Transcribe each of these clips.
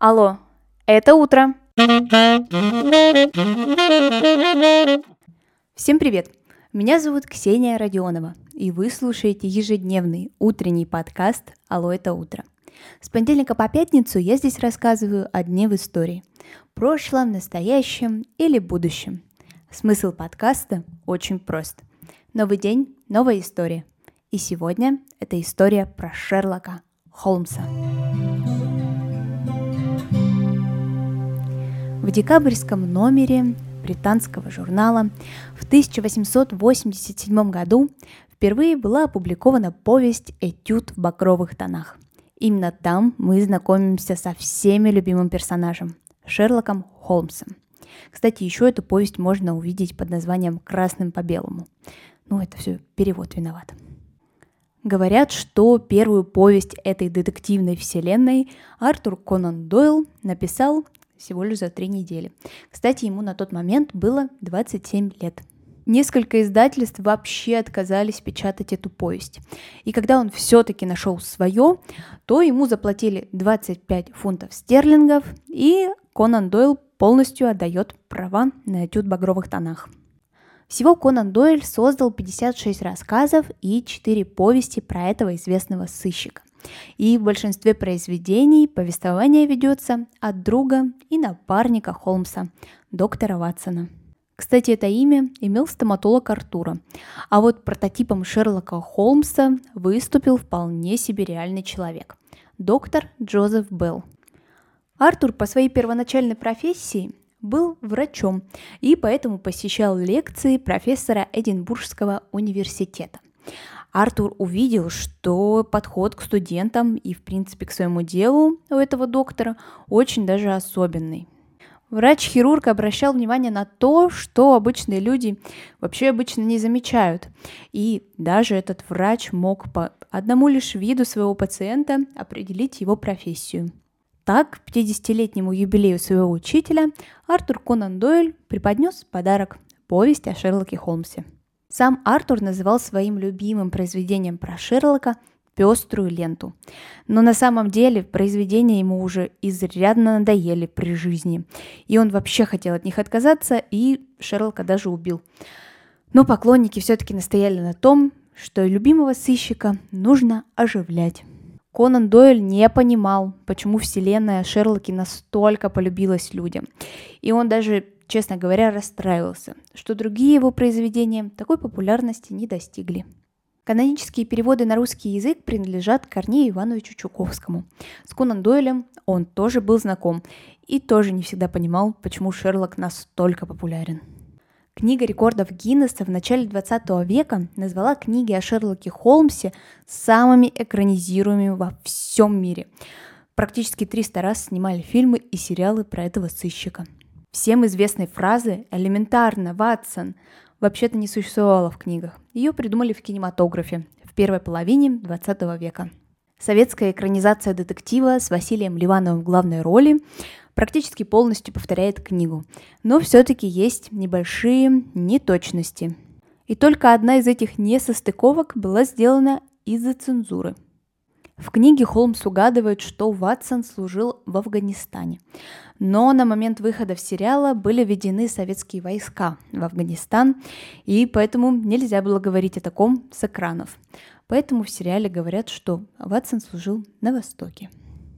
Алло, это утро. Всем привет! Меня зовут Ксения Родионова, и вы слушаете ежедневный утренний подкаст «Алло, это утро». С понедельника по пятницу я здесь рассказываю о дне в истории. Прошлом, настоящем или будущем. Смысл подкаста очень прост. Новый день, новая история. И сегодня это история про Шерлока Холмса. В декабрьском номере британского журнала в 1887 году впервые была опубликована повесть «Этюд в багровых тонах». Именно там мы знакомимся со всеми любимым персонажем – Шерлоком Холмсом. Кстати, еще эту повесть можно увидеть под названием «Красным по белому». Это все перевод виноват. Говорят, что первую повесть этой детективной вселенной Артур Конан Дойл написал всего лишь за 3 недели. Кстати, ему на тот момент было 27 лет. Несколько издательств вообще отказались печатать эту повесть. И когда он все-таки нашел свое, то ему заплатили 25 фунтов стерлингов, и Конан Дойл полностью отдает права на «Этюд в багровых тонах». Всего Конан Дойль создал 56 рассказов и 4 повести про этого известного сыщика. И в большинстве произведений повествование ведется от друга и напарника Холмса, доктора Ватсона. Кстати, это имя имел стоматолог Артура, а вот прототипом Шерлока Холмса выступил вполне себе реальный человек – доктор Джозеф Белл. Артур по своей первоначальной профессии был врачом и поэтому посещал лекции профессора Эдинбургского университета. Артур увидел, что подход к студентам и, в принципе, к своему делу у этого доктора очень даже особенный. Врач-хирург обращал внимание на то, что обычные люди вообще обычно не замечают. И даже этот врач мог по одному лишь виду своего пациента определить его профессию. Так, к 50-летнему юбилею своего учителя Артур Конан Дойль преподнес подарок – повесть о Шерлоке Холмсе. Сам Артур называл своим любимым произведением про Шерлока «Пеструю ленту». Но на самом деле произведения ему уже изрядно надоели при жизни. И он вообще хотел от них отказаться, и Шерлока даже убил. Но поклонники все-таки настояли на том, что любимого сыщика нужно оживлять. Конан Дойль не понимал, почему вселенная о Шерлоке настолько полюбилась людям. И он даже, честно говоря, расстраивался, что другие его произведения такой популярности не достигли. Канонические переводы на русский язык принадлежат Корнею Ивановичу Чуковскому. С Конан Дойлем он тоже был знаком и тоже не всегда понимал, почему Шерлок настолько популярен. Книга рекордов Гиннесса в начале 20 века назвала книги о Шерлоке Холмсе самыми экранизируемыми во всем мире. Практически 300 раз снимали фильмы и сериалы про этого сыщика. Всем известной фразы «элементарно, Ватсон» вообще-то не существовало в книгах. Ее придумали в кинематографе в первой половине 20 века. Советская экранизация детектива с Василием Ливановым в главной роли практически полностью повторяет книгу, но все-таки есть небольшие неточности. И только одна из этих несостыковок была сделана из-за цензуры. В книге Холмс угадывает, что Ватсон служил в Афганистане. Но на момент выхода в сериала были введены советские войска в Афганистан, и поэтому нельзя было говорить о таком с экранов. Поэтому в сериале говорят, что Ватсон служил на Востоке.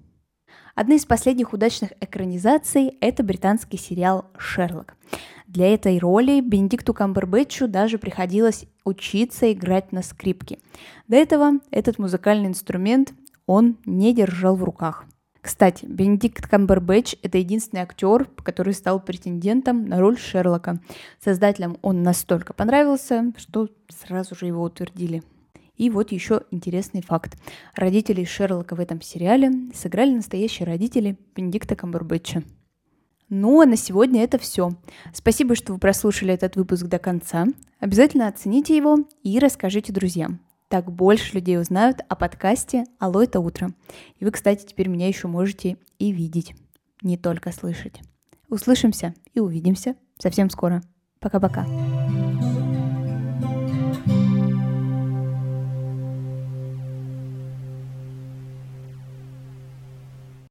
Одна из последних удачных экранизаций – это британский сериал «Шерлок». Для этой роли Бенедикту Камбербэтчу даже приходилось учиться играть на скрипке. До этого этот музыкальный инструмент он не держал в руках. Кстати, Бенедикт Камбербэтч – это единственный актер, который стал претендентом на роль Шерлока. Создателям он настолько понравился, что сразу же его утвердили. И вот еще интересный факт. Родители Шерлока в этом сериале сыграли настоящие родители Бенедикта Камбербэтча. А на сегодня это все. Спасибо, что вы прослушали этот выпуск до конца. Обязательно оцените его и расскажите друзьям. Так больше людей узнают о подкасте «Алло, это утро». И вы, кстати, теперь меня еще можете и видеть, не только слышать. Услышимся и увидимся совсем скоро. Пока-пока.